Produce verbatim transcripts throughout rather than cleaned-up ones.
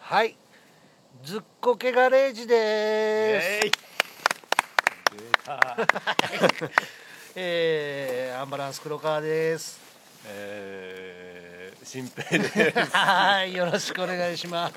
はい、ずっこけガレージでーす。 出たえー、アンバランス黒川です。 えー、新平ですはい、よろしくお願いします。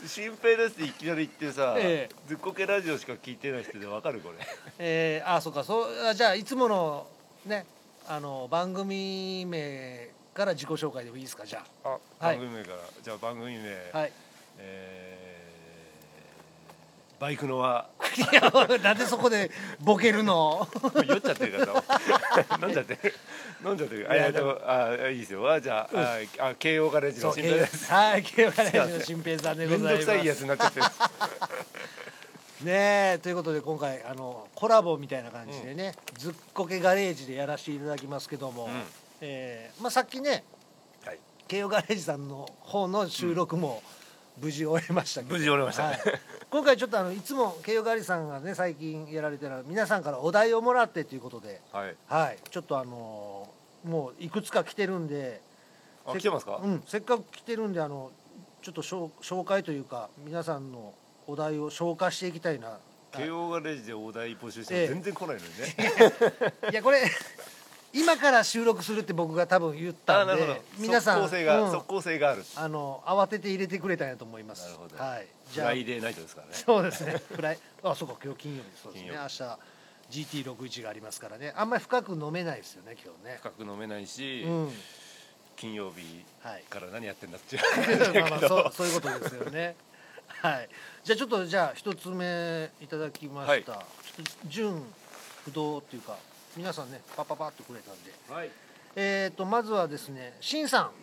新平ですっていきなり言ってさ、 ええ、 ずっこけラジオしか聞いてない人でわかるこれえー、あ、そうか、そう、あ、じゃあいつものね、あの番組名から自己紹介でもいいですか、じゃあ、 あ。はい、 番組名から、じゃあ番組名、 はい。 えー、バイクの輪いや、なんでそこでボケるの？ 酔っちゃってるからさ飲んじゃってる飲んじゃってるあ、いやでもあいいですよ。あ、じゃあ、うん、ああ慶応ガレージの新平です。 はい、慶応ガレージの新平さんでございます。 めんどくさいやつになっちゃってるねえ、ということで今回あのコラボみたいな感じでね、うん、ずっこけガレージでやらせていただきますけども、うん、えー、まあ、さっきね、はい、慶応ガレージさんの方の収録も無事終えましたけど、 無事終えましたね、はい、 今回ちょっとあのいつも慶応ガレージさんがね最近やられてる皆さんからお題をもらってということで、はい、はい、ちょっとあのー、もういくつか来てるんで、 あ、来てますか？ うん、せっかく来てるんであのちょっと紹介というか皆さんのお題を消化していきたいな。 慶応ガレージでお題募集しても全然来ないのにね、 ええ、いやこれ今から収録するって僕が多分言ったんで、皆さん即効性が、うん、即効性がある、 あの慌てて入れてくれたんやと思います。 なるほど、 はい、 じゃあフライデーナイトですからね。 そうですね、フライあ、そうか、今日金曜日、そうですね、明日 ジーティーろくじゅういち がありますからね、あんまり深く飲めないですよね今日ね。 深く飲めないし、うん、金曜日から何やってんだっていう、 まあまあそうそういうことですよね。はい、じゃあちょっとじゃあ一つ目いただきました、はい、ちょっと順不動っていうか皆さんねパッパパッとくれたんで、はい、えっとまずはですね、しんさん。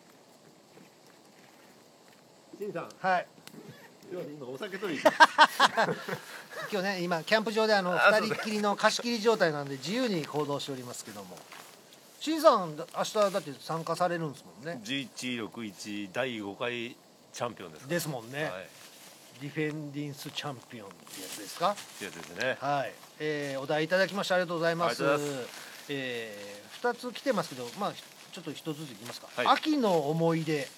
しんさん、 はい、 今お酒取り今日ね今キャンプ場であのふたりっきりの貸し切り状態なんで自由に行動しておりますけども、しんさん明日だって参加されるんですもんね。 ジーいちろくいち だいごかいチャンピオンです、 ですもんね、はい、ディフェンディンスチャンピオンってやつですか？ ってやつですね。 はい、えー、お題いただきましてありがとうございます。えー、ふたつ来てますけど、まあちょっとひとつずついきますか、はい、秋の思い出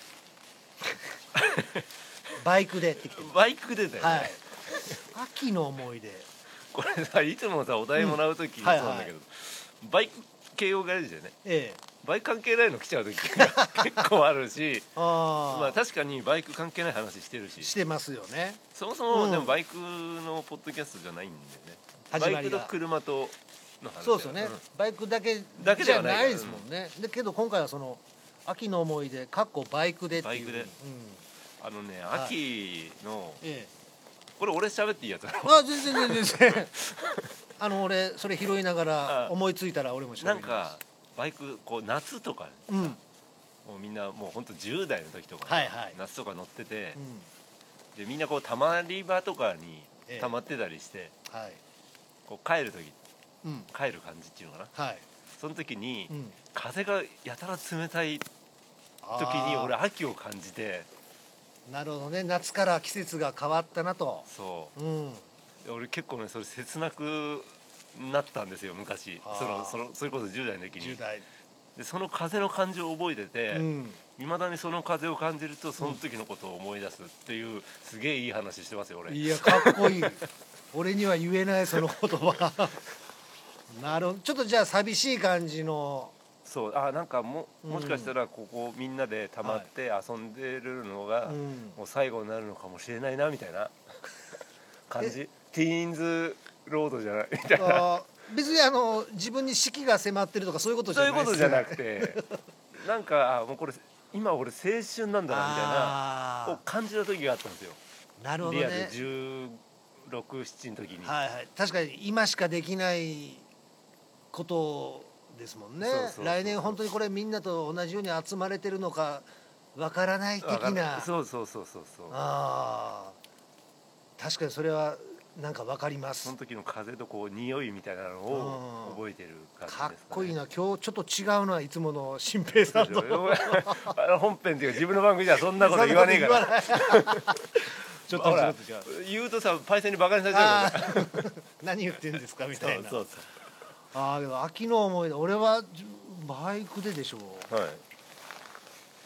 バイクでってきてます。 バイクでだよね、はい、 秋の思い出、 これさ、いつもさお題もらうときにそうなんだけど、うん、はいはい、バイク慶応ガレージでね、ええ、バイク関係ないの来ちゃう時が結構あるしあ、まあ確かにバイク関係ない話してるししてますよね。 そもそも、うん、でもバイクのポッドキャストじゃないんでね、バイクと車との話。 そうですよね、うん、バイクだけじゃないですもんね。だけど今回はその秋の思い出かっこバイクでっていう、バイクで、うん、 あのね、はい、秋の、ええ、これ俺喋っていいやつだろ？ あ、全然全然あの俺それ拾いながら思いついたら俺も喋ります。 なんかバイクこう夏とか、うん、もうみんなもうほんとじゅう代の時とか、はいはい、夏とか乗ってて、うん、でみんなこうたまり場とかにたまってたりして、ええ、はい、こう帰る時、うん、帰る感じっていうのかな、はい、その時に、うん、風がやたら冷たい時に俺秋を感じて。 なるほどね、夏から季節が変わったなと。 そう、うん、俺結構ねそれ切なくなったんですよ昔。そのそのそれこそじゅう代の時にじゅう代でその風の感じを覚えてて、いま、うん、だにその風を感じるとその時のことを思い出すっていう、すげえいい話してますよ俺。 いやかっこいい俺には言えないその言葉なるほど、ちょっとじゃあ寂しい感じの。 そう、あ、なんか も, もしかしたらここみんなでたまって遊んでるのがもう最後になるのかもしれないなみたいな感じ。ティーンズロードじゃないみたいな。 別にあの自分に死期が迫ってるとかそういうことじゃないですね。 そういうことじゃなくてなんかあもうこれ今俺青春なんだなみたいなを感じた時があったんですよ。 なるほどね。 リアルじゅうろく、ななの時に、 はいはい、確かに今しかできないことですもんね。そうそうそうそう、来年本当にこれみんなと同じように集まれてるのかわからない的な。 そうそうそうそうそう。 ああ、確かにそれはなんかわかります。 その時の風とこう匂いみたいなのを覚えてる感じですかね。 かっこいいな。今日ちょっと違うのは、いつもの新平さんと本編っていうか自分の番組じゃそんなこと言わねえからちょっと言うとさパイセンにバカにされちゃうから何言ってんですかみたいな。 そうそうそう。 ああ、でも秋の思い出、俺はバイクででしょう。はい。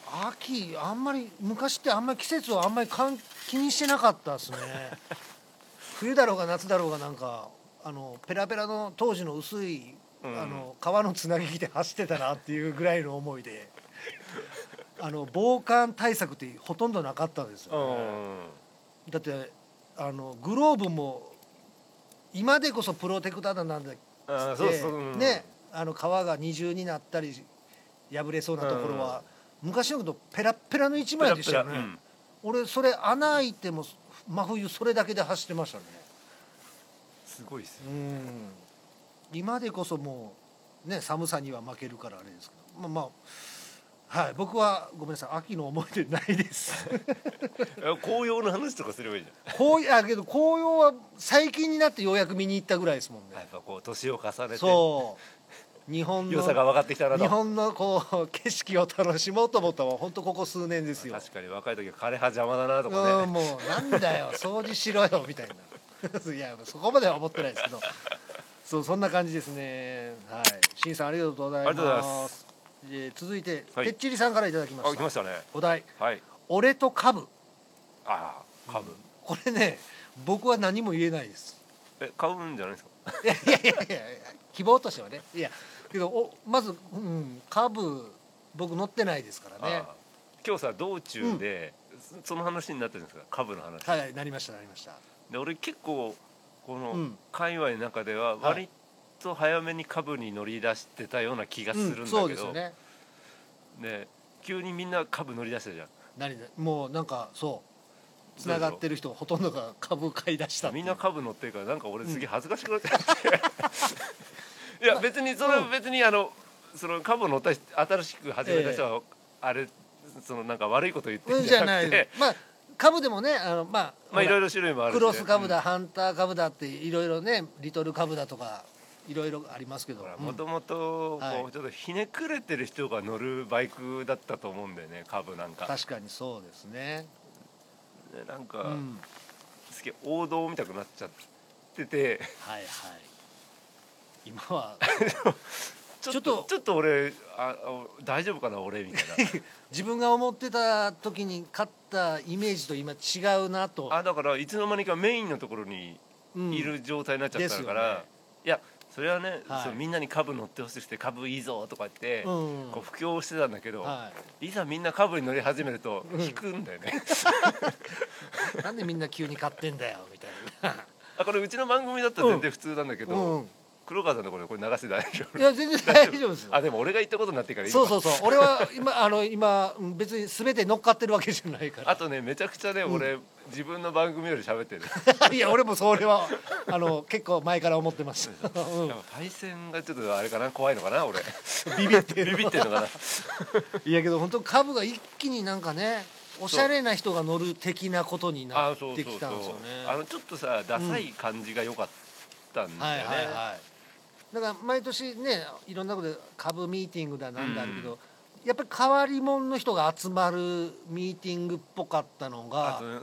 秋あんまり昔ってあんまり季節をあんまりかん気にしてなかったですね冬だろうが夏だろうがなんかあのペラペラの当時の薄い、うん、あの革のつなぎ着で走ってたなっていうぐらいの思いであの防寒対策ってほとんどなかったですよね、うん、だってあのグローブも今でこそプロテクターなんだってね、あの皮が二重になったり破れそうなところは、うん、昔のことペラッペラの一枚でしたよね。ペラペラ、うん、俺それ穴開いても真冬それだけで走ってましたね。 すごいですよ、うん、今でこそもうね寒さには負けるからあれですけど、まあまあはい、僕はごめんなさい秋の思い出ないです紅葉の話とかすればいいじゃん。 紅葉けど紅葉は最近になってようやく見に行ったぐらいですもんね。 やっぱこう年を重ねてそう日本の良さが分かってきたなと。 日本のこう景色を楽しもうと思ったのは本当ここ数年ですよ。 確かに若い時は枯葉邪魔だなとかね、 うん、もうなんだよ掃除しろよみたいないやそこまでは思ってないですけどそうそんな感じですね。はい、しんさんありがとうございます。 ありがとうございます。 えー、続いて、はい、てっちりさんからいただきました。 あ、来ましたね。 お題、 はい、 俺と株。 ああ、株、うん、 これね僕は何も言えないです。 え、買うんじゃないですか。 いやいやいやいや希望としてはね。いやけどおまず、うん、株僕乗ってないですからね。 今日さ道中で、うん、その話になってるんですか、株の話。 はい、なりましたなりました。で俺結構この界隈の中では割と早めに株に乗り出してたような気がするんだけど、うん、そうですよね。で急にみんな株乗り出したじゃん。 何もうなんかそうつながってる人ほとんどが株買い出した。 みんな株乗ってるからなんか俺すげえ恥ずかしくなっちゃって、うん、いや別にそれは別にあのその株乗った新しく始めた人はあれ、ええ、そのなんか悪いこと言ってるんじゃなくて、 まあ株でもねあのまあまあいろいろ種類もあるし、ね、 クロス株だ、うん、ハンター株だっていろいろねリトル株だとかいろいろありますけど、 もともとちょっとひねくれてる人が乗るバイクだったと思うんだよね株なんか。 確かにそうですね。 でなんか、うん、すげえ王道みたくなっちゃっててはいはい今はちょっとちょっと俺あ大丈夫かな俺みたいな自分が思ってた時に勝ったイメージと今違うなと。 あだからいつの間にかメインのところにいる状態になっちゃったから、うんね、いやそれはね、はい、そうみんなに株乗ってほしくて株いいぞとか言って、うん、こう布教してたんだけど、はい、いざみんな株に乗り始めると引くんだよね、 うん、なんでみんな急に買ってんだよみたいなあこれうちの番組だったら全然普通なんだけど、うんうん黒川さんのところでこれ流して大丈夫？ いや全然大丈夫ですよ。 あでも俺が言ったことになってからそうそうそう俺は今あの今別に全て乗っかってるわけじゃないから。 あとねめちゃくちゃね、うん、俺自分の番組より喋ってるいや俺もそれはあの結構前から思ってます、うん、 対戦がちょっとあれかな怖いのかな俺ビビってビビってんのかないやけど本当株が一気になんかねおしゃれな人が乗る的なことになってきたんですよね。 あのちょっとさダサい感じが良かったんだよね、うんはいはいはいだから毎年ねいろんなことで株ミーティングだなんだあるけど、うん、やっぱり変わり者の人が集まるミーティングっぽかったのが、うんうん、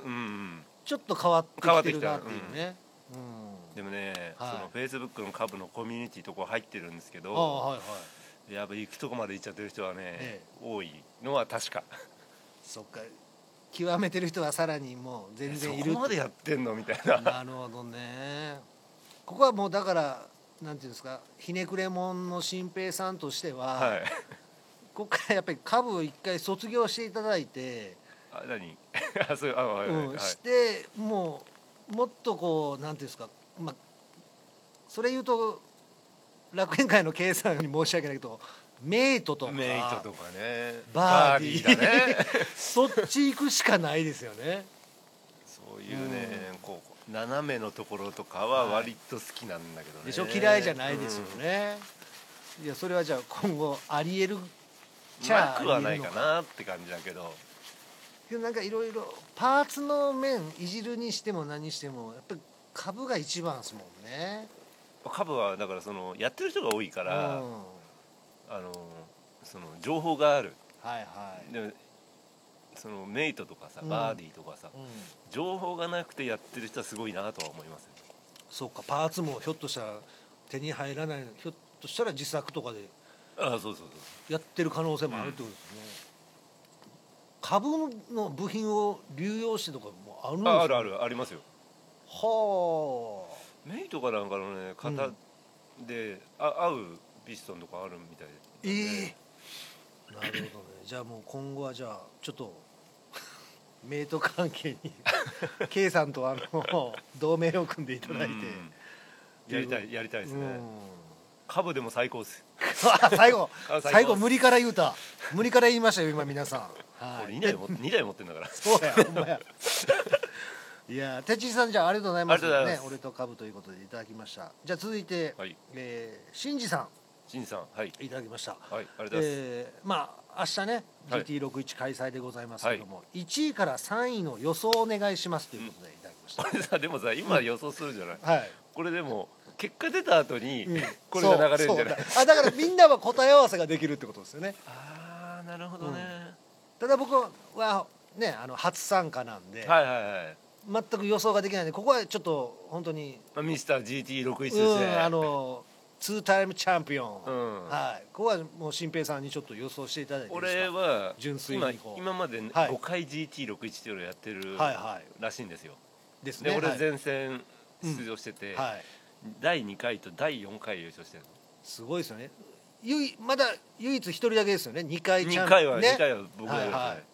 ちょっと変わってきてるなっていうね、 うんうん、でもね、はい、そのフェイスブックの株のコミュニティとこ入ってるんですけど、 はいはい、 やっぱ行くとこまで行っちゃってる人はね、ええ、多いのは確か。 そっか極めてる人はさらにもう全然いる。 そこまでやってんのみたいな。 なるほどね。ここはもうだからなんていうんですかひねくれ者の新平さんとしては、はい、ここからやっぱり株を一回卒業していただいてあ何あそうあはいはい、 うん、してもうもっとこうなんていうんですか、まあ、それ言うと楽園会の計算に申し訳ないけどメイトとかメイトとかねバーディーだねそっち行くしかないですよね。 そういうね、うん、こう斜めのところとかは割と好きなんだけどね、 でしょ嫌いじゃないですよね、うん、いやそれはじゃあ今後ありえるちゃありえるのかなくはないかなって感じだけどけどなんかいろいろパーツの面いじるにしても何してもやっぱり株が一番ですもんね。 株はだからそのやってる人が多いから、うん、あのその情報がある、 はいはい、 でそのメイトとかさ、うん、バーディーとかさ、うん、情報がなくてやってる人はすごいなとは思いますよ。 そうかパーツもひょっとしたら手に入らないひょっとしたら自作とかでああそうそうそうやってる可能性もあるってことですね、 株の部品を流用してとかもあるんですか？ああるあるありますよ。 はあ。 メイとかなんかのね型で、うん、あ合うピストンとかあるみたいで。 ええー、なるほどね。じゃあもう今後はじゃあちょっとメイト関係にK さんとあの同盟を組んでいただいて、 やりたいやりたいですね。株でも最高です。 最後最後無理から言うた無理から言いましたよ今皆さん。 はい。にだいもにだい持ってんだから。 そうやほんまや。いやてちさんじゃあありがとうございます。ね、俺と株ということでいただきました。じゃあ続いて、はい、えー、しんじさん。 しんじさん、はい。 いただきました。 はい、ありがとうございます。えー、まあ明日ね、ジーティーろくじゅういち 開催でございますけども、はい、いちいからさんいの予想をお願いしますということでいただきました。 これさでもさ今予想するじゃない。 うん、はい。 これでも結果出た後に、うん、これが流れるんじゃない。 だあだからみんなは答え合わせができるってことですよね。 ああなるほどね。うん、 ただ僕はねあの初参加なんで。 はいはいはい。 全く予想ができないのでここはちょっと本当にミスター ジーティーろくじゅういち ですね、うん、 あのツータイムチャンピオン、うん、はい、ここはもう新平さんにちょっと予想していただいていいですか。 俺は純粋に今今までごかい ジーティーろくじゅういち っていうのをやってるらしいんですよ。 ですね。 で俺前線出場してて、はい、だいにかいとだいよんかい優勝してるの。 すごいですよね。まだ唯一一人だけですよね。にかいチャンピオン。にかいは、ね、にかいは僕だよ、ね、はいはい、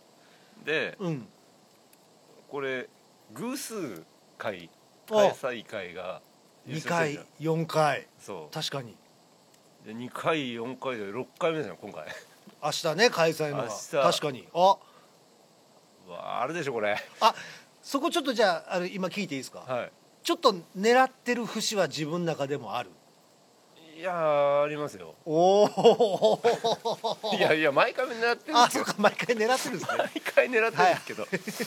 で、うん、これ偶数回開催会がにかいよんかい。 そう確かにでにかいよんかいでろっかいめじゃん今回。 明日ね開催のが確かに。あわあるでしょこれ。 あそこちょっとじゃあ、あの今聞いていいですか。 はい。 ちょっと狙ってる節は自分の中でもある。 いやありますよ。 おお。 いやいや毎回狙ってるんですよ。 あそうか毎回狙ってるんですね。 毎回狙ってるんですけど。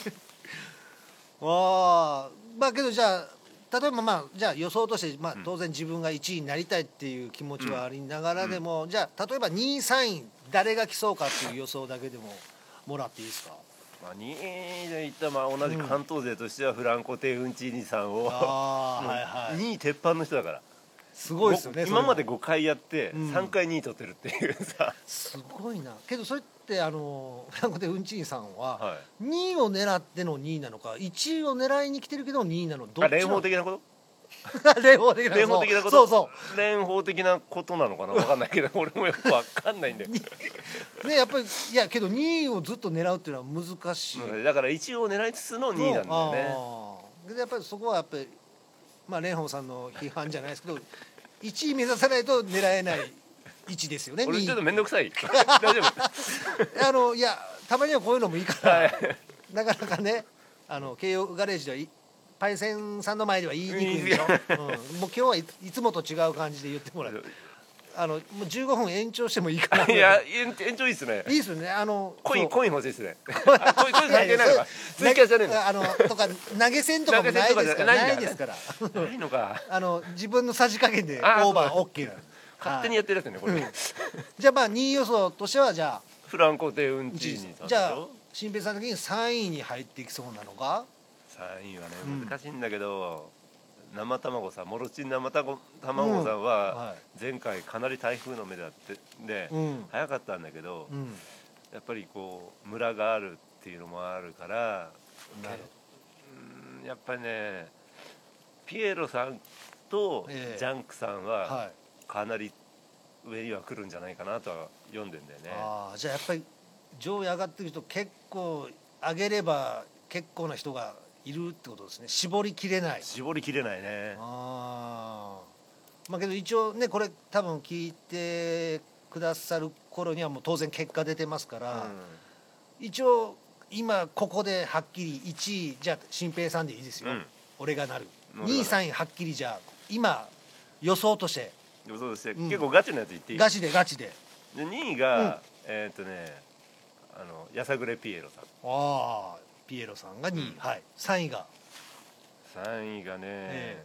ああまあけどじゃあ例えばまあじゃあ予想として、まあ、当然自分がいちいになりたいっていう気持ちはありながらでも、うん、じゃあ例えばにいさんい誰が来そうかっていう予想だけでももらっていいですか。 まあ、にいでいったまあ同じ関東勢としてはフランコ・テウンチーニさんを、うん、はいはい、にい鉄板の人だからすごいですよね。 今までごかいやってさんかいにい取ってるっていうさ、うん、 すごいな。けどそれってあのフランコ・テウンチーニさんは、はい、にいを狙ってのにいなのかいちいを狙いに来てるけどにいなのどっちなの。 蓮舫的なこと蓮舫的な蓮舫的なことそうそう蓮舫的なことなのかな分かんないけど俺もよく分かんないんだよね。 やっぱりいやけどにいをずっと狙うっていうのは難しい、 うん、だからいちいを狙いつつのにいなんだよね。 でやっぱりそこはやっぱりまあ蓮舫さんの批判じゃないですけどいちい目指さないと狙えない位置ですよね。 俺ちょっと面倒くさい大丈夫あのいやたまにはこういうのもいいから、はい、なかなかねあの慶応ガレージではパイセンさんの前では言いにくいんでしょ、うん、もう今日はいつもと違う感じで言ってもらう。あのもうじゅうごふん延長してもいいかな。 いや延長いいっすね。 いいっすね。あのコインコイン欲しいっすね。コイン関係ないのか。ツイキャスじゃねえの。 あのとか投げ銭とかもないですからないですから。 ないのか。 あの自分のさじ加減でオーバーオッケーなの。 勝手にやってるやつねこれ。 じゃあまあにい予想としてはじゃあフランコ・テウンチーニさんでしょ。 じゃあ新平さん的にさんいに入っていきそうなのが。 さんいはね難しいんだけど。生卵さんモロチン生卵さんは前回かなり台風の目だってで、うん、早かったんだけど、うん、やっぱりこうムラがあるっていうのもあるからうんやっぱりねピエロさんとジャンクさんはかなり上には来るんじゃないかなとは読んでんだよね。 あじゃあやっぱり上位上がってる人結構上げれば結構な人がいるってことですね。絞りきれない絞りきれないね。 あまあけど一応ねこれ多分聞いてくださる頃にはもう当然結果出てますから、うん、一応今ここではっきりいちいじゃあ新平さんでいいですよ、うん、俺がなるにいさんいはっきりじゃあ今予想として予想として、うん、結構ガチのやつ言っていい。 ガチでガチででにいが、うん、えっとねあのやさぐれピエロさん。 ああピエロさんがにい、うん、はい、さんいがさんいがね、え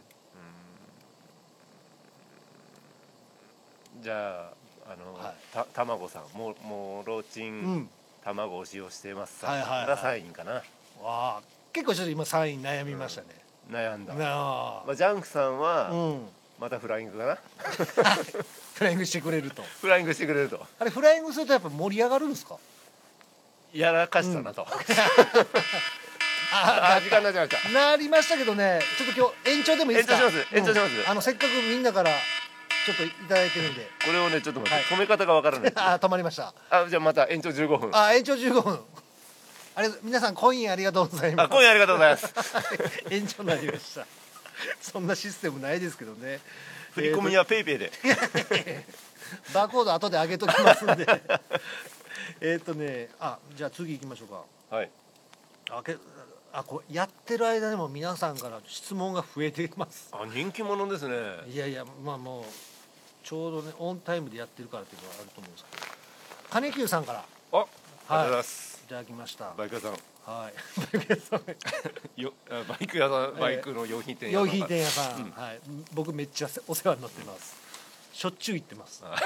ー、うんじゃああの、はい、た卵さんももロチン、うん、卵を使用してますさんがさんいかな。わあ結構ちょっと今さんい悩みましたね、 うん、悩んだ。まあ、ジャンクさんは、うん、またフライングかなフライングしてくれるとフライングしてくれるとあれフライングするとやっぱ盛り上がるんですか。 やらかしたなと、うん、 ああ時間になっちゃいましたなりましたけどね、ちょっと今日延長でもいいですか。 延長します延長します、 うん、あのせっかくみんなからちょっといただいてるんで、 これをねちょっと待って、はい、止め方がわからないあ止まりました。 あじゃあまた延長じゅうごふん。 あ延長じゅうごふん、あれ皆さんコインありがとうございます。 あコインありがとうございます延長になりましたそんなシステムないですけどね。 振り込みはペイペイでバーコード後で上げときますんでえっとねあじゃあ次行きましょうか。 はい。 あけあこれやってる間でも皆さんから質問が増えています。 あ人気者ですね。 いやいやまあもうちょうどねオンタイムでやってるからっていうのはあると思うんですけど、金久さんからあ、はい、ありがとうございます。 いただきました。 バイク屋さん。 はい。バイク屋さん。 よバイク屋さん、バイクの用品店屋さん。用品店屋さん、うん、はい。僕めっちゃお世話になってます。しょっちゅう行ってます。はい。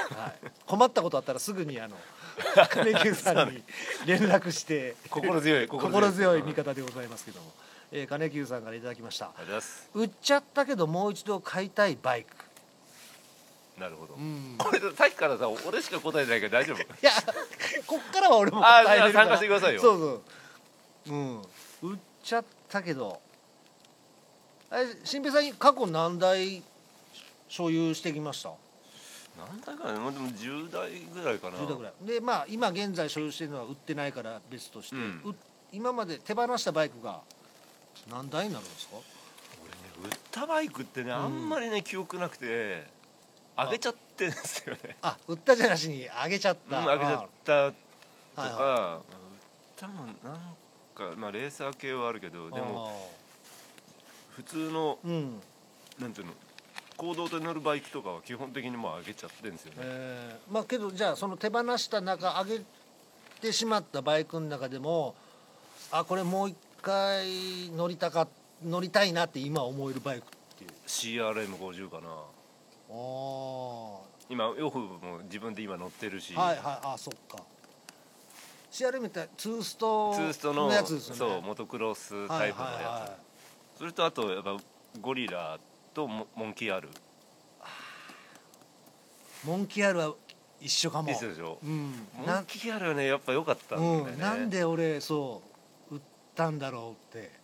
困ったことあったらすぐにあの金久さんに連絡して心強い心強い味方でございますけども、えー、金久さんからいただきました。 ありがとうございます。 売っちゃったけどもう一度買いたいバイク。 なるほど、うん、これさっきからさ俺しか答えないけど大丈夫？いやこっからは俺も答えれるから参加してくださいよ。 そうそう、うん、売っちゃったけどあれ新平さん過去何台所有してきました？ 何台かな、でもじゅうだいぐらいかな。 じゅうだいぐらいで、まあ今現在所有しているのは売ってないから別として、うん、今まで手放したバイクが何台になるんですか？ 俺ね売ったバイクってね、うん、あんまりね記憶なくてあげちゃってんですよね。 あ、売ったじゃなしにあげちゃった。 うん、あげちゃったとか、はいはい、売ったのなんかまあレーサー系はあるけど、でも普通の、うん、なんていうの公道で乗るバイクとかは基本的にもうあげちゃってんですよね。 えー、まあけどじゃあその手放した中あげてしまったバイクの中でも、あこれもう一回乗りたか乗りたいなって今思えるバイクっていうシーアールエムごじゅう かな。今ヨフも自分で今乗ってるし、 はいはい、あそっか シーアールエム ってツーストツーストのやつですよね。 そうモトクロスタイプのやつ、はいはいはい、それとあとやっぱゴリラとモンキー R。 モンキー R は一緒かも。 一緒でしょ、うん、 モンキー R はねやっぱ良かったんだよね、 うん、なんで俺そう売ったんだろうって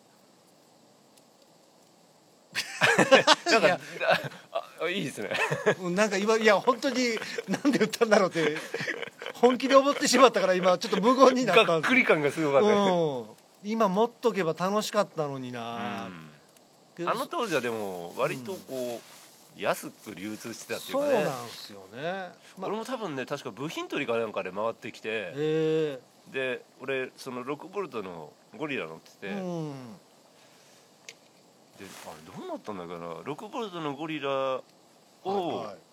なんかあいいですねなんか今いや本当になんで売ったんだろうって本気で思ってしまったから今ちょっと無言になったんです。 がっくり感がすごかった、ね、 うん、今持っとけば楽しかったのにな、 うん、あの当時はでも割とこう、うん、安く流通してたっていうかね。 そうなんですよね、 ま、俺も多分ね確か部品取りかなんかで回ってきて、で俺そのろくボルトのゴリラ乗ってて、うん、であれどうなったんだかな、ろくボルトのゴリラを、はいはい、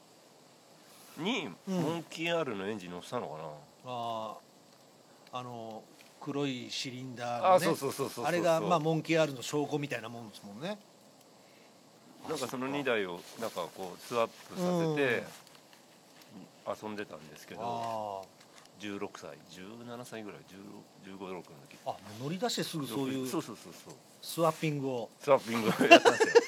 にモンキー R のエンジン乗せたのかな、うん、 ああの黒いシリンダーのね、 あそうそうそうそうそう、 あれがまあモンキー R の証拠みたいなもんですもんね。 なんかそのにだいをなんかこうスワップさせて遊んでたんですけど、じゅうろくさいじゅうななさいぐらいじゅうご、ろくの時、 あもう乗り出してすぐそういうそうそうそうそうスワッピングをスワッピングをやったんですよ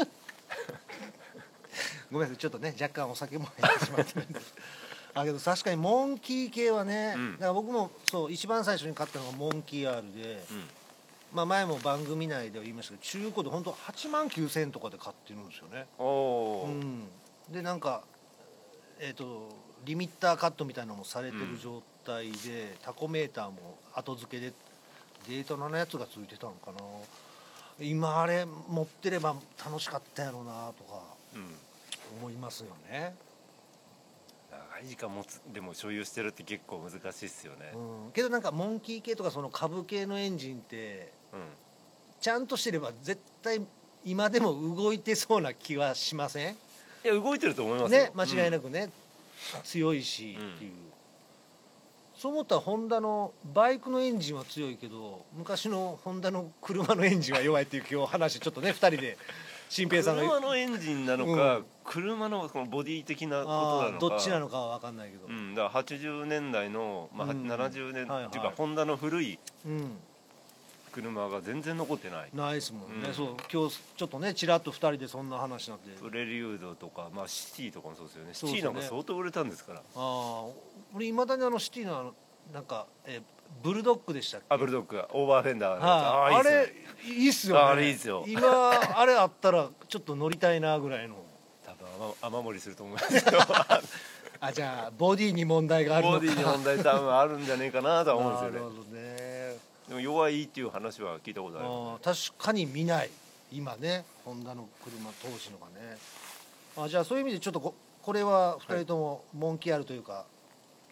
ごめんなさいちょっとね若干お酒も入ってしまってるんであけど確かにモンキー系はね、うん、だから僕もそう一番最初に買ったのがモンキー R で、うん、まあ前も番組内では言いましたけど中古で本当はちまんきゅうせんえんとかで買ってるんですよね。お、うん、でなんかえっ、ー、とリミッターカットみたいなのもされてる状態で、うん、タコメーターも後付けでデータナのやつがついてたのかな。今あれ持ってれば楽しかったやろうなとか思いますよね、 うん、長い時間持つでも所有してるって結構難しいっすよね、 うん、けどなんかモンキー系とかその株系のエンジンって、うん、ちゃんとしてれば絶対今でも動いてそうな気はしません？ いや動いてると思いますよね、間違いなくね、うん、強いしっていう、うん、そう思ったらホンダのバイクのエンジンは強いけど昔のホンダの車のエンジンは弱いっていう今日話ちょっとねふたりで新平さんが車のエンジンなのか、うん、車のこのボディ的なことなのかどっちなのかは分かんないけど、 うん、だからはちじゅうねんだいの、まあ、ななじゅうねん、はいはい、っていうかホンダの古い車が全然残ってないないですもんね、うん、そう今日ちょっとねちらっとふたりでそんな話になってプレリュードとか、まあ、シティとかもそうですよね。シティなんか相当売れたんですから。ああ俺いまだにあのシティのあのなんか、えー、 ブルドッグでしたっけ？ あ、ブルドッグオーバーフェンダーのやつ。 ああれいいっすよね。 あれいいっすよ。 今あれあったらちょっと乗りたいなぐらいの。 多分雨漏りすると思いますけどあ、じゃあボディに問題があるのか。 ボディに問題多分あるんじゃねえかなとは思うんですよね。 なるほどね。 でも弱いっていう話は聞いたことある、ね、 あ、確かに見ない今ね、ホンダの車当時のがね。あ、じゃあそういう意味でちょっと こ, これはふたりともモンキー R というか、はい、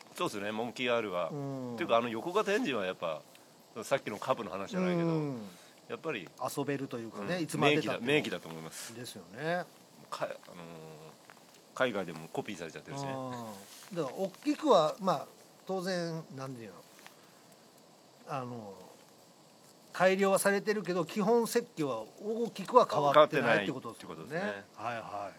そうですね、モンキー R は、うん、っていうかあの横型エンジンはやっぱさっきのカブの話じゃないけど、うん、やっぱり遊べるというかね、 うん、 いつまでたっても名機だと思いますですよね。 か、あのー、海外でもコピーされちゃってるしね。 だから大きくはまあ当然なんていうの、あの改良はされてるけど基本設計は大きくは変わってないってことですね。はいはい。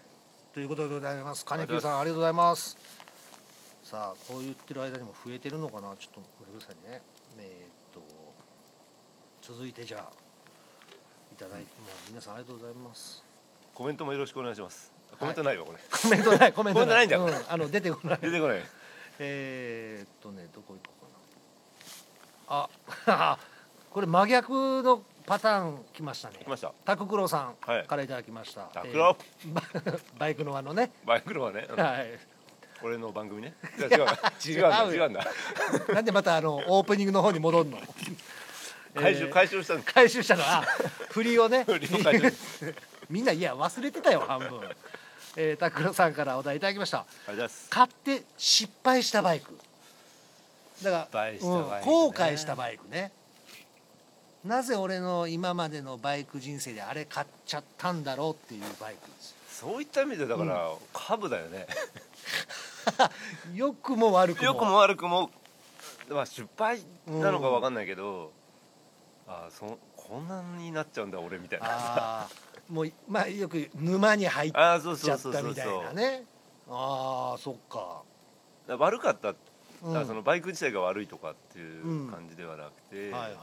ということでございます。金久さんありがとうございます。さあこう言ってる間にも増えてるのかな、ちょっと待ってくださいね。えー、っと続いてじゃあいただいて、もう皆さんありがとうございます。 コメントもよろしくお願いします。コメントないわこれ。 コメントないコメントないんだ。 うん、あの出てこない。 出てこない。 えー、っとねどこ行こうかな。あ、これ真逆のパターン来ましたね。 来ました。 タククロさんからいただきました。 タククロ。 バイクの輪のね。 バイクの輪ね。 はい。 俺の番組ね。違う違うんだ違うんだ。 なんでまたあのオープニングの方に戻るの。 回収回収したの。 回収したのは振りをね。 振りを回収。 みんないや忘れてたよ半分。えー、タクロさんからお題いただきました。買って失敗したバイク。だから、うん、後悔したバイクね。なぜ俺の今までのバイク人生であれ買っちゃったんだろうっていうバイクです。 そういった意味でだから、うん、カブだよね。 良くも悪くも。 良くも悪くも、まあ失敗なのか分かんないけど、うん、あそこんなになっちゃうんだ俺みたいな。 あもうまあよく沼に入っちゃったみたいなね。ああそっか。 悪かった。だからそのバイク自体が悪いとかっていう感じではなくて、うん、はいはい、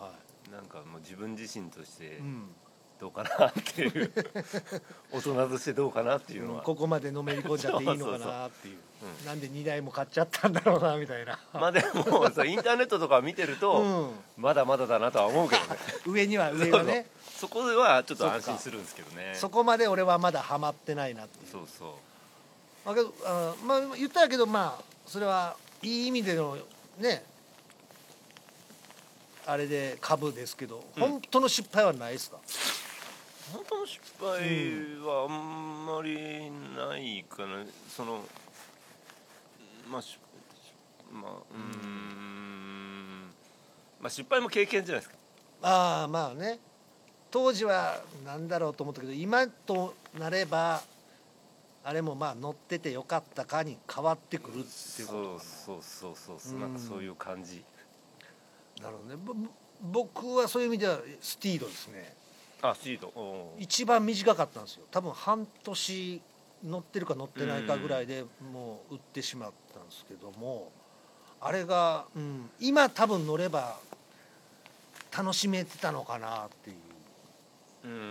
なんかもう自分自身としてどうかなっていう、うん、大人としてどうかなっていうのは、うん、 ここまでのめり込んじゃっていいのかなっていう、うん、なんでにだいも買っちゃったんだろうなみたいな。 まあでもさインターネットとか見てると、うん、まだまだだなとは思うけどね。 上には上はね。 そこではちょっと安心するんですけどね。 そこまで俺はまだハマってないなっていう。 そうそう。 だけどあまあ言ったけどまあそれはいい意味でのねあれで株ですけど、うん、本当の失敗はないですか？ 本当の失敗はあんまりないかな。そのまあまあうん、まあ失敗も経験じゃないですか。 ああまあね。当時はなんだろうと思ったけど今となればあれもまあ乗っててよかったかに変わってくるっていうことかな。 そうそうそうそう、うん、なんかそういう感じ。 なるほどね。僕はそういう意味ではスティードですね。 あ、スティード。お一番短かったんですよ。多分半年乗ってるか乗ってないかぐらいでもう売ってしまったんですけども、あれが、うん、今多分乗れば楽しめてたのかなっていう。 うんうん、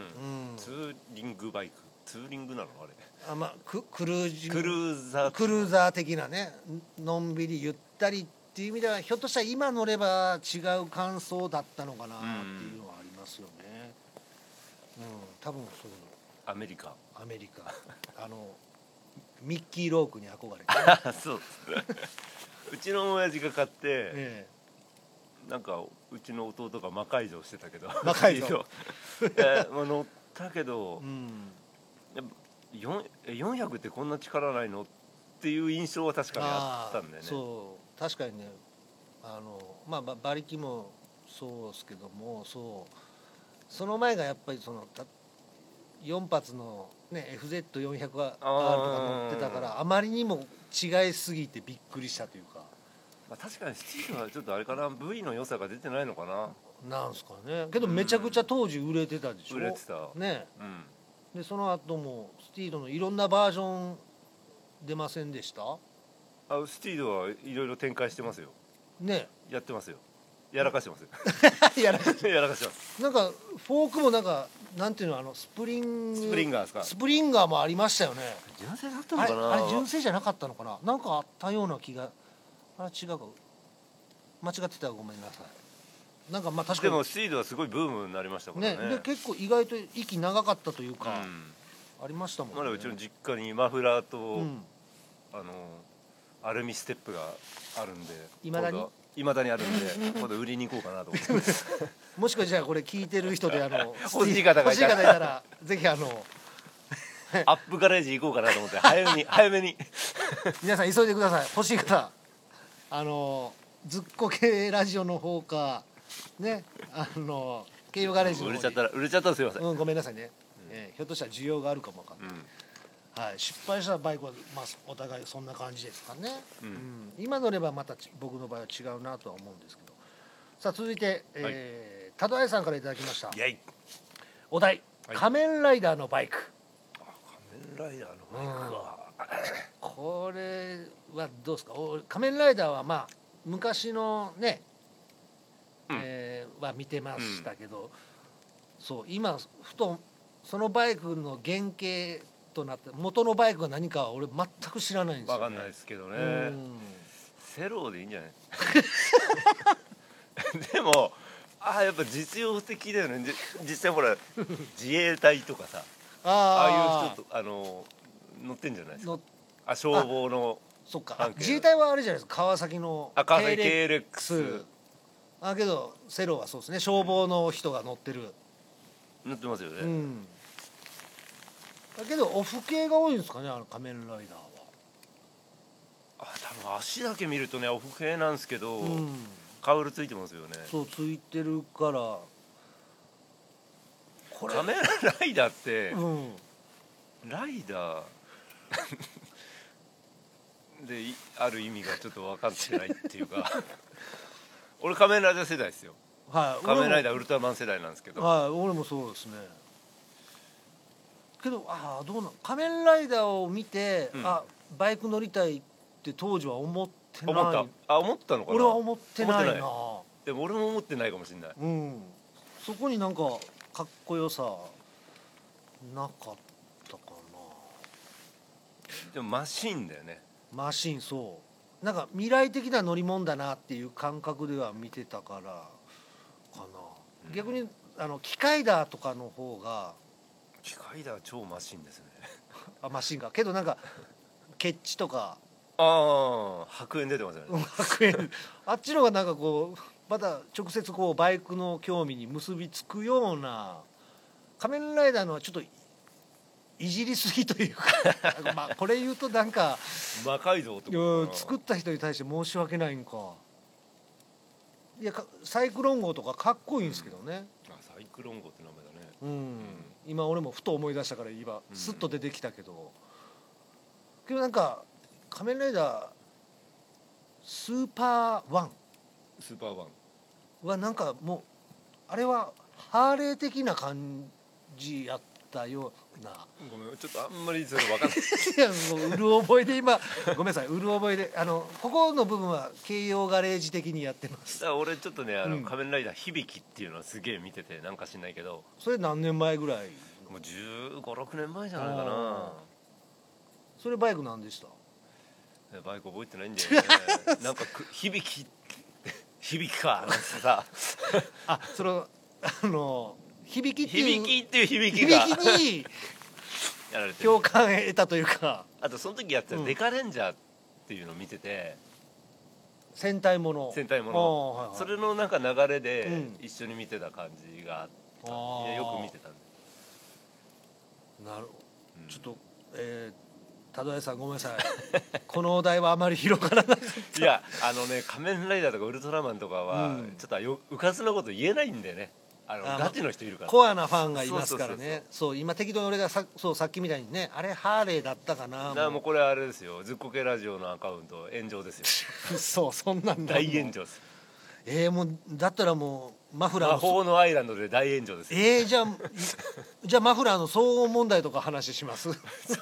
ツーリングバイクツーリングなのあれ。 あ、まあ、ク, クルークルーザークルーザー的なね、のんびりゆったりっていう意味ではひょっとしたら今乗れば違う感想だったのかなっていうのはありますよね。うん、多分そういうのアメリカアメリカあのミッキー・ロークに憧れてそううちの親父が買って、ええ、なんかうちの弟が魔改造してたけど魔改造え、まあ、乗ったけど、うん、よんひゃくってこんな力ないのっていう印象は確かにあったんだよね。 そう確かにね、あの、まあ、馬力もそうですけども、そうその前がやっぱりそのよん発の、ね、エフゼットよんひゃくアール とか乗ってたからあまりにも違いすぎてびっくりしたというか。 まあ、確かにスティールはちょっとあれかな ブイ の良さが出てないのかな。 なんすかね。けどめちゃくちゃ当時売れてたでしょ。 売れてたね、うん、でその後もスティードのいろんなバージョン出ませんでした？ あ、スティードはいろいろ展開してますよね。 やってますよ。やらかしてますよやらかしてやらかしてます。 なんかフォークもなんかなんていうの、あのスプリングスプリンガーですか。 スプリンガーもありましたよね。 純正だったのかな。 あれ、あれ純正じゃなかったのかな。なんかあったような気が。あれ違うか。 間違ってたらごめんなさい。なんかまあ確かにでもスピードはすごいブームになりましたからね。 ねで結構意外と息長かったというか、うん、ありましたもんね。 まだうちの実家にマフラーと、うん、あのアルミステップがあるんで、 いまだにいまだにあるんで今度売りに行こうかなと思ってもしかじゃあこれ聞いてる人であの欲しい方がいたらいたらぜひあのアップガレージ行こうかなと思って早めに早めに皆さん急いでください。欲しい方あのずっこけラジオの方かねあの京葉ガレージの方に売れちゃったら売れちゃったらすいません、 うん、ごめんなさいね、うんえー、ひょっとしたら需要があるかもわかんない、うんはい、失敗したバイクは、まあ、お互いそんな感じですかね、うんうん、今乗ればまた僕の場合は違うなとは思うんですけど。さあ続いて、えー、はい、多度愛さんからいただきましたお題、はい、仮面ライダーのバイク。 仮面ライダーのバイクか、 うん、これはどうですか。仮面ライダーはまあ昔のね、うんえー、は見てましたけど、うん、そう今ふとそのバイクの原型となって元のバイクが何かは俺全く知らないんですよ、ね、 分かんないですけどね、うん、セローでいいんじゃないでもあやっぱ実用的だよね。実際ほら自衛隊とかさああいう人とあの乗ってんじゃないですか。あ消防のそっか自衛隊はあれじゃないですか。川崎の川崎 ケーエルエックスあけどセロはそうですね消防の人が乗ってる、 うん、乗ってますよね、うん、 だけどオフ系が多いんですかねあの仮面ライダーは。 あ多分足だけ見るとねオフ系なんですけど、うん、カウルついてますよね。 そうついてるからこれ仮面ライダーって、うん、ライダーである意味がちょっと分かってないっていうか俺仮面ライダー世代ですよ、はい、仮面ライダーウルトラマン世代なんですけど、 はい、俺もそうですね。けどああどうなん仮面ライダーを見て、うん、あバイク乗りたいって当時は思ってない。 思ったあ思ったのかな。 俺は思ってないな。 でも俺も思ってないかもしれない、 うん、そこになんかかっこよさなかったかな。 でもマシンだよね。 マシンそうなんか未来的な乗り物だなっていう感覚では見てたからかな、うん、逆にあの機械だとかの方が機械だ超マシンですねあマシンがけどなんかケッチとかああ白煙出てますよね白煙あっちの方がなんかこうまた直接こうバイクの興味に結びつくような。仮面ライダーのはちょっといじりすぎというかまあこれ言うとなんか魔改造とか作った人に対して申し訳ないんか。いやサイクロン号とかかっこいいんですけどね、 うん、あサイクロン号って名前だね、 うんうん、今俺もふと思い出したから今スッと出てきたけど、うん、けどなんか仮面ライダースーパーワンスーパーワンはなんかもうあれはハーレー的な感じやったような。 ごめんちょっとあんまりそれ分かんないいやもううる覚えで今ごめんなさいうる覚えであのここの部分は京葉ガレージ的にやってます。 だから俺ちょっとねあの、うん、仮面ライダー響きっていうのはすげえ見ててなんか知んないけどそれ何年前ぐらい。 もうじゅうご、ろくねんまえじゃないかな。 それバイクなんでした。 バイク覚えてないんだよねなんか響き響きかなんてさあそのあの響きっていう響きっていう響きが響きにやられて共感得たというか。 あとその時やってたデカレンジャーっていうのを見てて、 うん、戦隊もの戦隊もの、はいはい、それのなんか流れで一緒に見てた感じがあった、うん、いやよく見てたんで。 なるほど、うん、ちょっとえー多度さんごめんなさいこのお題はあまり広がらなかったいやあのね仮面ライダーとかウルトラマンとかは、うん、ちょっとようかつなこと言えないんだよね。あのガチの人いるからコアなファンがいますからね。そう今適当に俺がさそうさっきみたいにねあれハーレーだったかな。 なもうこれあれですよずっこけラジオのアカウント炎上ですよそうそんなんだ大炎上です。 えー、もうだったらもうマフラー魔法のアイランドで大炎上ですよ。 えー、じゃあじゃあマフラーの騒音問題とか話します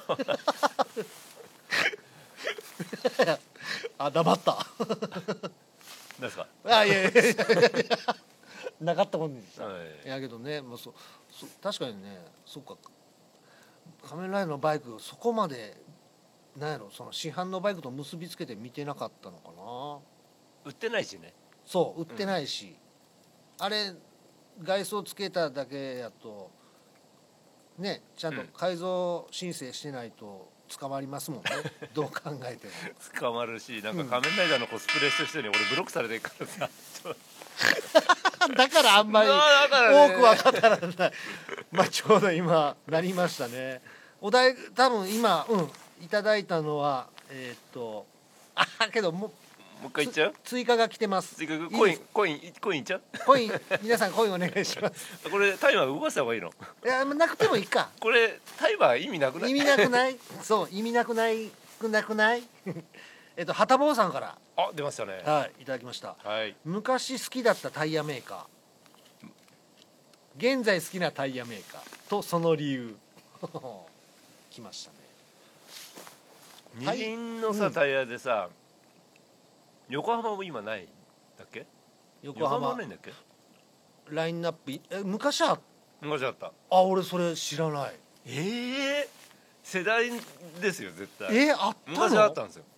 あ黙った何ですか。 あいやいやいやいやなかったもんでした、はい、いやけどねもう そ, そ確かにねそっか仮面ライダーのバイクそこまでなんやろその市販のバイクと結びつけて見てなかったのかな。 売ってないしねそう売ってないし、うん、あれ外装つけただけやとねちゃんと改造申請してないと捕まりますもんね、うん、どう考えても捕まるし、なんか仮面ライダーのコスプレした人に俺ブロックされてるからさだからあんまり多くは語らないまあちょうど今なりましたね。お題多分今うんいただいたのはえー、っとあけどももう一回いっちゃう？ 追加が来てます。 追加コインコインコインいっちゃう？ コイン皆さんコインお願いしますこれタイマー動かした方がいいの？ いやなくてもいいか。 これタイマー意味なくない？ 意味なくないそう意味なくないなくないえっとはたぼうさんからあ出ましたね。 はいいただきました、 はい、 昔好きだったタイヤメーカー現在好きなタイヤメーカーとその理由来ましたね。 二輪のさ、うん、タイヤでさ横浜も今ないんだっけ？ 横浜、横浜ないんだっけ？ ラインナップえ昔あ昔あった。 あ俺それ知らない。 ええー、世代ですよ絶対。 えー、あったの？ 昔あったんですよ。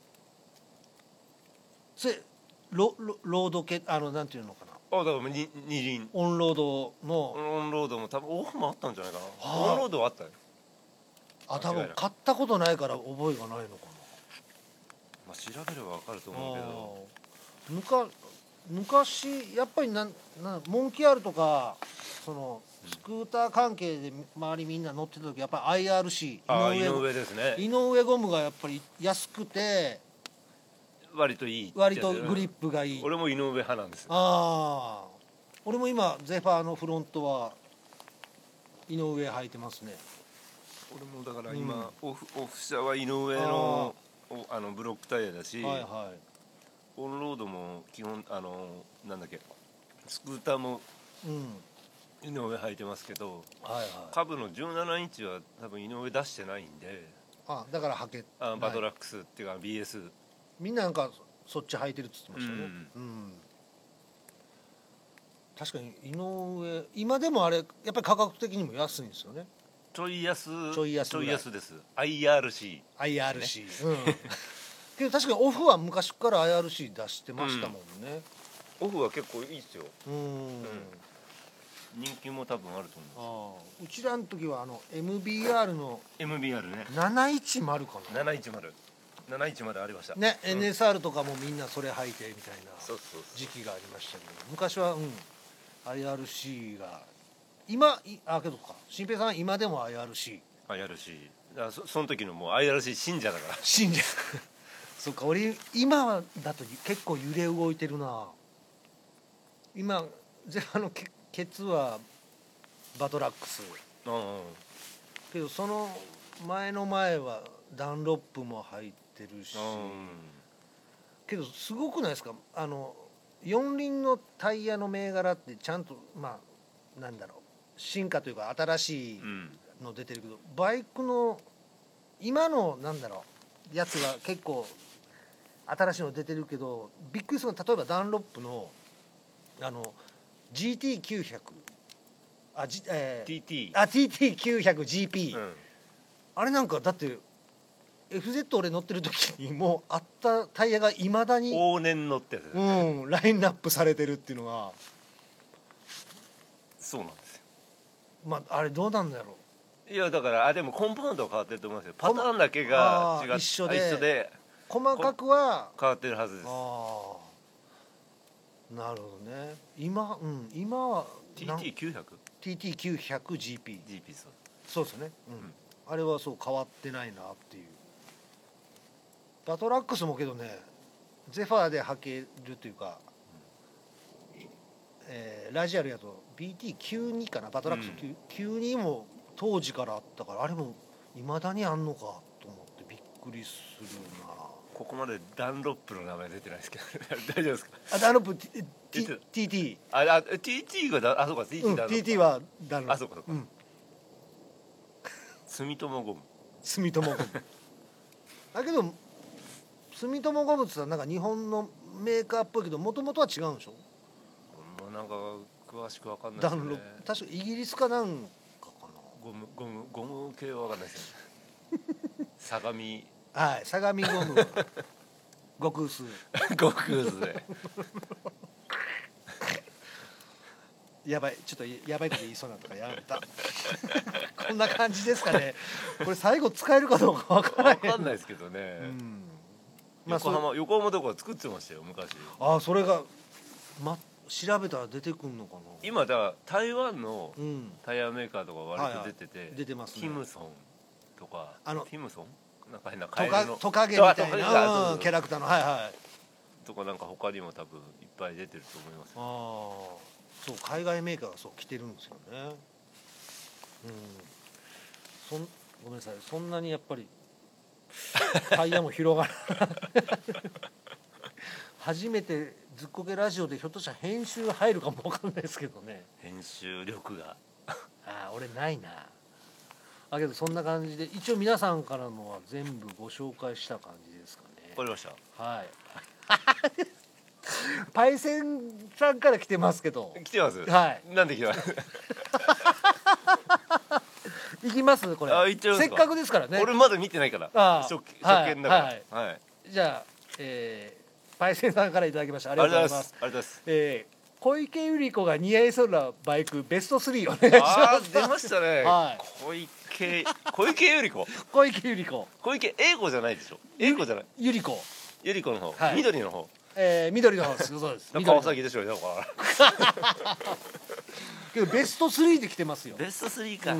それロロロード系あのなんていうのかな。 あだから二二輪。 オンロードの。 オンロードも多分大浜あったんじゃないかな。オンロードはあったよ。 あ多分買ったことないから覚えがないのかな。 まあ調べればわかると思うけど。 むか昔やっぱりなんなんモンキー R とかそのスクーター関係で周りみんな乗ってた時やっぱり アイアールシー井上ですね。 井上ゴムがやっぱり安くて割といい割とグリップがいい。 俺も井上派なんですよ。 ああ俺も今ゼファーのフロントは井上履いてますね。 俺もだから今、うん、オフオフ車は井上の あ, あのブロックタイヤだし、はいはい、オンロードも基本あのなんだっけスクーターも井上履いてますけど、はいはい、カブのじゅうななインチは多分井上出してないんで、 あだから履けあバトラックスっていうか ビーエスみんななんかそっち履いてるって言ってましたね、うんうん、確かに井上今でもあれやっぱり価格的にも安いんですよね。 ちょい安ちょい安ちょい安です。 アイアールシーアイアールシー、うんけど確かにオフは昔から アイアールシー 出してましたもんね、 うん、オフは結構いいですよ。うん、うん、人気も多分あると思う。あうちらの時はあの エムビーアール のエムビーアール ねななひゃくじゅうかな。 ななひゃくじゅうななひゃくじゅうありましたね、うん、エヌエスアール とかもみんなそれ履いてみたいな時期がありましたけど、昔はうん アイアールシー が今あけどか新平さんは今でも アイアールシーアイアールシー だ そ, その時のもう アイアールシー 信者だから信者そっか俺今だと結構揺れ動いてるな。今ゼファのケケツはバトラックス、うんうん、けどその前の前はダンロップも入ってるし、うん、けどすごくないですかあの四輪のタイヤの銘柄ってちゃんとまあなんだろう進化というか新しいの出てるけど、うん、バイクの今のなんだろうやつが結構新しいの出てるけどびっくりするのは例えばダンロップのあの ジーティーきゅうひゃく あ、G えー、ティーティー あ ティーティーきゅうひゃくジーピー、うん、あれなんかだって エフゼット 俺乗ってる時にもうあったタイヤがいまだに往年乗ってる、 ね、うん、ラインナップされてるっていうのがそうなんですよ。 まああれどうなんだろう。いやだからあでもコンパウンドは変わってると思いますよ。パターンだけが違って一緒で、一緒で細かくは変わってるはずです。 ああなるほどね。今うん今はティーティーきゅうひゃくティーティーきゅうひゃくジーピージーピー そうそうですね、うんうん、あれはそう変わってないなっていう。バトラックスもけどねゼファーで履けるというか、うんえー、ラジアルやと ビーティーきゅうじゅうに かなバトラックス、うん、きゅうじゅうにも当時からあったからあれもいまだにあんのかと思ってびっくりするな。 ここまでダンロップの名前出てないですけど大丈夫ですか。 あダンロップ ティーティーああ ティーティー がだあそうか ティーティー だ、うん、 ティーティー はダンロップあそうかそうか、うん、住友ゴム住友ゴムだけど住友ゴムってさなんか日本のメーカーっぽいけどもともとは違うんでしょ。 もうなんか詳しく分かんないですね。ダンロップ確かイギリスかなんかかな。 ゴムゴムゴム系は分かんないですね相模はい相模ゴム極薄極薄でやばいちょっとやばいこと言いそうなとかやめたこんな感じですかね。これ最後使えるかどうかわからない。 わかんないですけどね、うん、 まあ、 横浜横浜とか作ってましたよ昔。 ああそれが、ま、調べたら出てくるのかな。 今だ台湾のタイヤメーカーとか割と出てて、はいはい、 出てますね。 ティムソンとかあのティムソンなんか変なカエルのトカゲみたいな、うん、キャラクターのはいはいとかなんか他にも多分いっぱい出てると思います。 ああそう海外メーカーがそう来てるんですよね。うんそんごめんなさいそんなにやっぱりタイヤも広がらない初めてずっこけラジオでひょっとしたら編集入るかもわかんないですけどね。 編集力がああ俺ないなあ。けどそんな感じで一応皆さんからのは全部ご紹介した感じですかね。 わかりました。 はいパイセンさんから来てますけど。 来てます。 はい。 なんで来てます。 行きますこれ。 あ、行っちゃいますか。 せっかくですからね。 俺まだ見てないから。 あ初初見だから。はい。 はい、じゃあ、えー、パイセンさんからいただきました。ありがとうございます。 ありがとうございます。 えー、小池百合子が似合いそうなバイクベストスリーお願いします。 あー出ましたね。 はい。 小池小池百合子。 小池百合子。 小池英子じゃないでしょ。英子じゃない。 百合子。 百合子の方。 はい、 緑の方。 えー、緑の方です。そうです。 川崎でしょうよ。 けどベストスリーで来てますよ。 ベストスリーか。うん、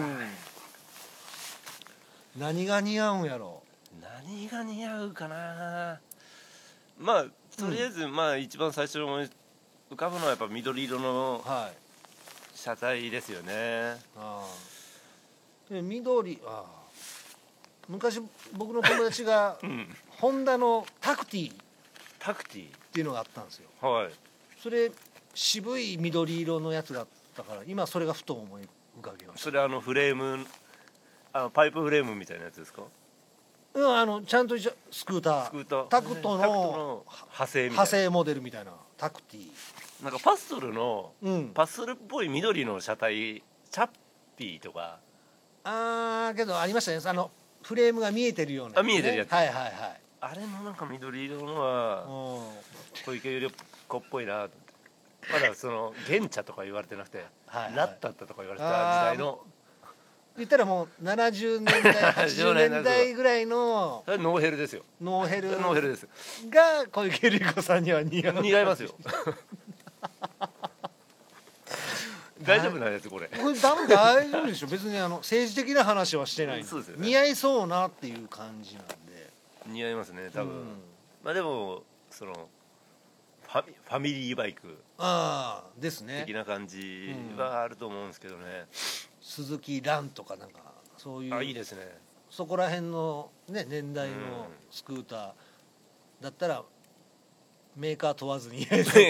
何が似合うんやろう。何が似合うかな。まあとりあえず、うん、まあ一番最初に浮かぶのはやっぱ緑色の車体ですよね。はい、 あで緑あ昔僕の友達が、うん、ホンダのタクティタクティっていうのがあったんですよ。 はい。 それ渋い緑色のやつがあったから今それがふと思い浮かびました。 それあのフレームあのパイプフレームみたいなやつですか。 うんあのちゃんとスクータースクータータクトの派生みたいな派生モデルみたいなタクティなんかパストルの、うん、パストルっぽい緑の車体チャッピーとかあーけどありましたね。あのフレームが見えてるような、ね、 あ見えてるやつはいはいはいあれのなんか緑色のは小池百合子っぽいなと思ってまだその原茶とか言われてなくてはい、はい、ラッタッタとか言われてた時代の言ったらもうななじゅうねんだいはちじゅうねんだいぐらいのノーヘルですよ。 ノーヘルノーヘルですが小池百合子さんには似合う似合いますよ大丈夫なやつこれこれ多分大丈夫でしょ別にあの政治的な話はしてないそうですよね。 似合いそうなっていう感じなんで似合いますね多分、うん、まあでもそのファミ、ファミリーバイクああですね的な感じはあると思うんですけどね、うん、 鈴木蘭とかなんかそういうあいいですねそこら辺の、ね、年代のスクーターだったらメーカー問わずにだから、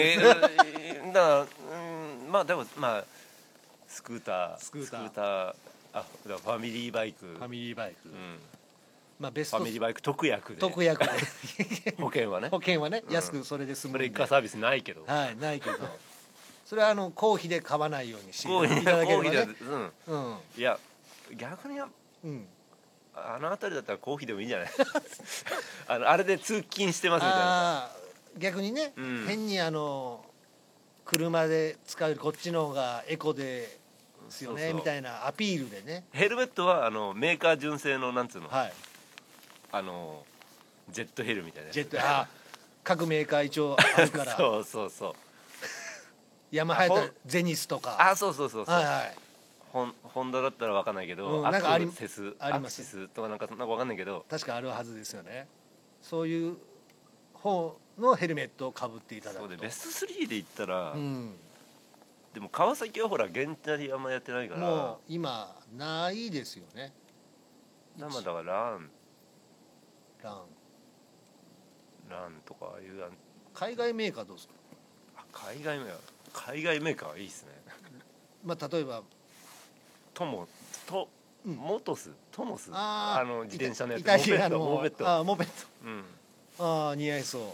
うん、まあでもまあスクータースクーター、スクーターあファミリーバイクファミリーバイク、うんまあ、ベストファミリーバイク特約で特約で保険はね保険はね、うん、安くそれで済むんでブレーカーサービスないけどはいないけどそれはあの公費で買わないようにしていただければねうん、うん、いや逆に、うん、あの辺りだったら公費でもいいんじゃないあのあれで通勤してますみたいな逆にね、うん、変にあの車で使うこっちの方がエコですよねそうそうみたいなアピールでねヘルメットはあのメーカー純正のなんつうの、はい、あのジェットヘルみたいなジェットあ各メーカー一応あるからそうそうそうヤマハやったらゼニスとかあそうそうそうそう、はいはい、ホンホンダだったら分かんないけど、うん、 なんかありアクセスアクシスとかなんかなんか分かんないけど確かあるはずですよねそういう方のヘルメットをかぶっていただくとそうでベストスリーで言ったら、うん、でも川崎はほら原チャリあんまやってないからもう今ないですよね生だからランランランとかいう海外メーカーどうですか海外メーカー海外メーカーはいいですねまあ例えばトモト、うん、モトストモス あ, あの自転車のやつモペットモペットあモペット、うん、あ似合いそう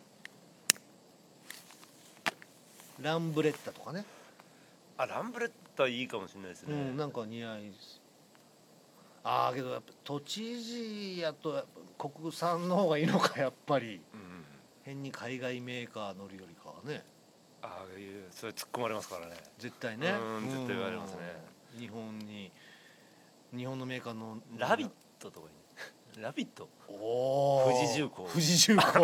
ランブレッタとかねあランブレッタいいかもしれないですね、 うん、なんか似合いですああけどやっぱ都知事やとやっぱ国産の方がいいのかやっぱり、うん、変に海外メーカー乗るよりかはねああいうそれ突っ込まれますからね。 絶対ね。 うん絶対言われますね。 日本に日本のメーカーのラビットとかにラビット。 おお。 富士重工。 富士重工。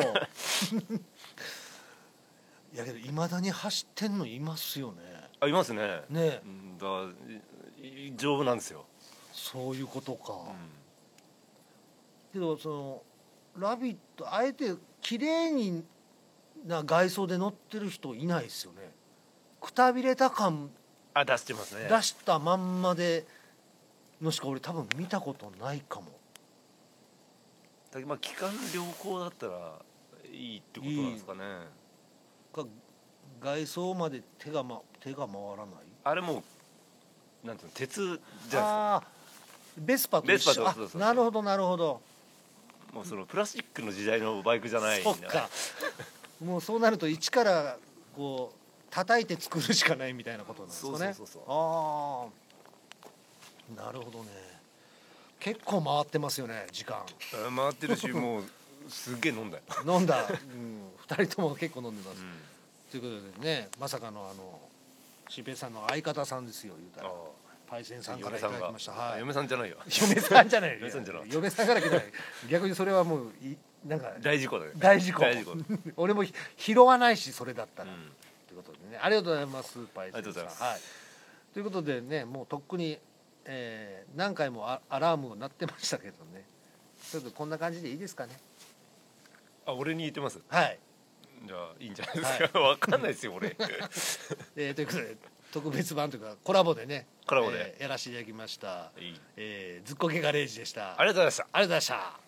いやけどいまだに走ってんのいますよね。 あいますね。 ね。 だ丈夫なんですよ。 そういうことか。うん、けどそのラビットあえて綺麗にな外装で乗ってる人いないですよね。くたびれた感あ出してますね。 出したまんまでのしか俺多分見たことないかも。 だけどまあ期間良好だったらいいってことなんですかね。 か外装まで手が、ま、手が回らない。 あれもなんていうの鉄じゃないですか。 あベスパと一緒。ベスパとそうそうそう。なるほどなるほど。 もうそのプラスチックの時代のバイクじゃない。 そっか。もうそうなると一からこう叩いて作るしかないみたいなことなんですかね。そうそうそうそう。ああ。なるほどね。結構回ってますよね時間。 回ってるしもうすっげえ飲んだよ。 飲んだ。うん、二人とも結構飲んでます。うん、ということでねまさかのあの新平さんの相方さんですよ言うたら。パイセンさんからいただきました。はい。 嫁さんじゃないよ。 嫁さんじゃないよ。 嫁さんじゃない。 嫁さんから来た。逆にそれはもういなんか大事故だよ。 大事故。大事故。俺も拾わないしそれだったら。ということでねありがとうございますパイセンさん。ありがとうございます。はい。ということでねもうとっくに、えー、何回もアアラームが鳴ってましたけどね。ちょっとこんな感じでいいですかね。 あ俺に言ってます。 はい。 じゃあいいんじゃないですか。わかんないですよ俺。 えー、ということで。特別版というかコラボでねコラボで、 えー、やらせていただきました、いいえー、ずっこけガレージでした。 ありがとうございました。 ありがとうございました。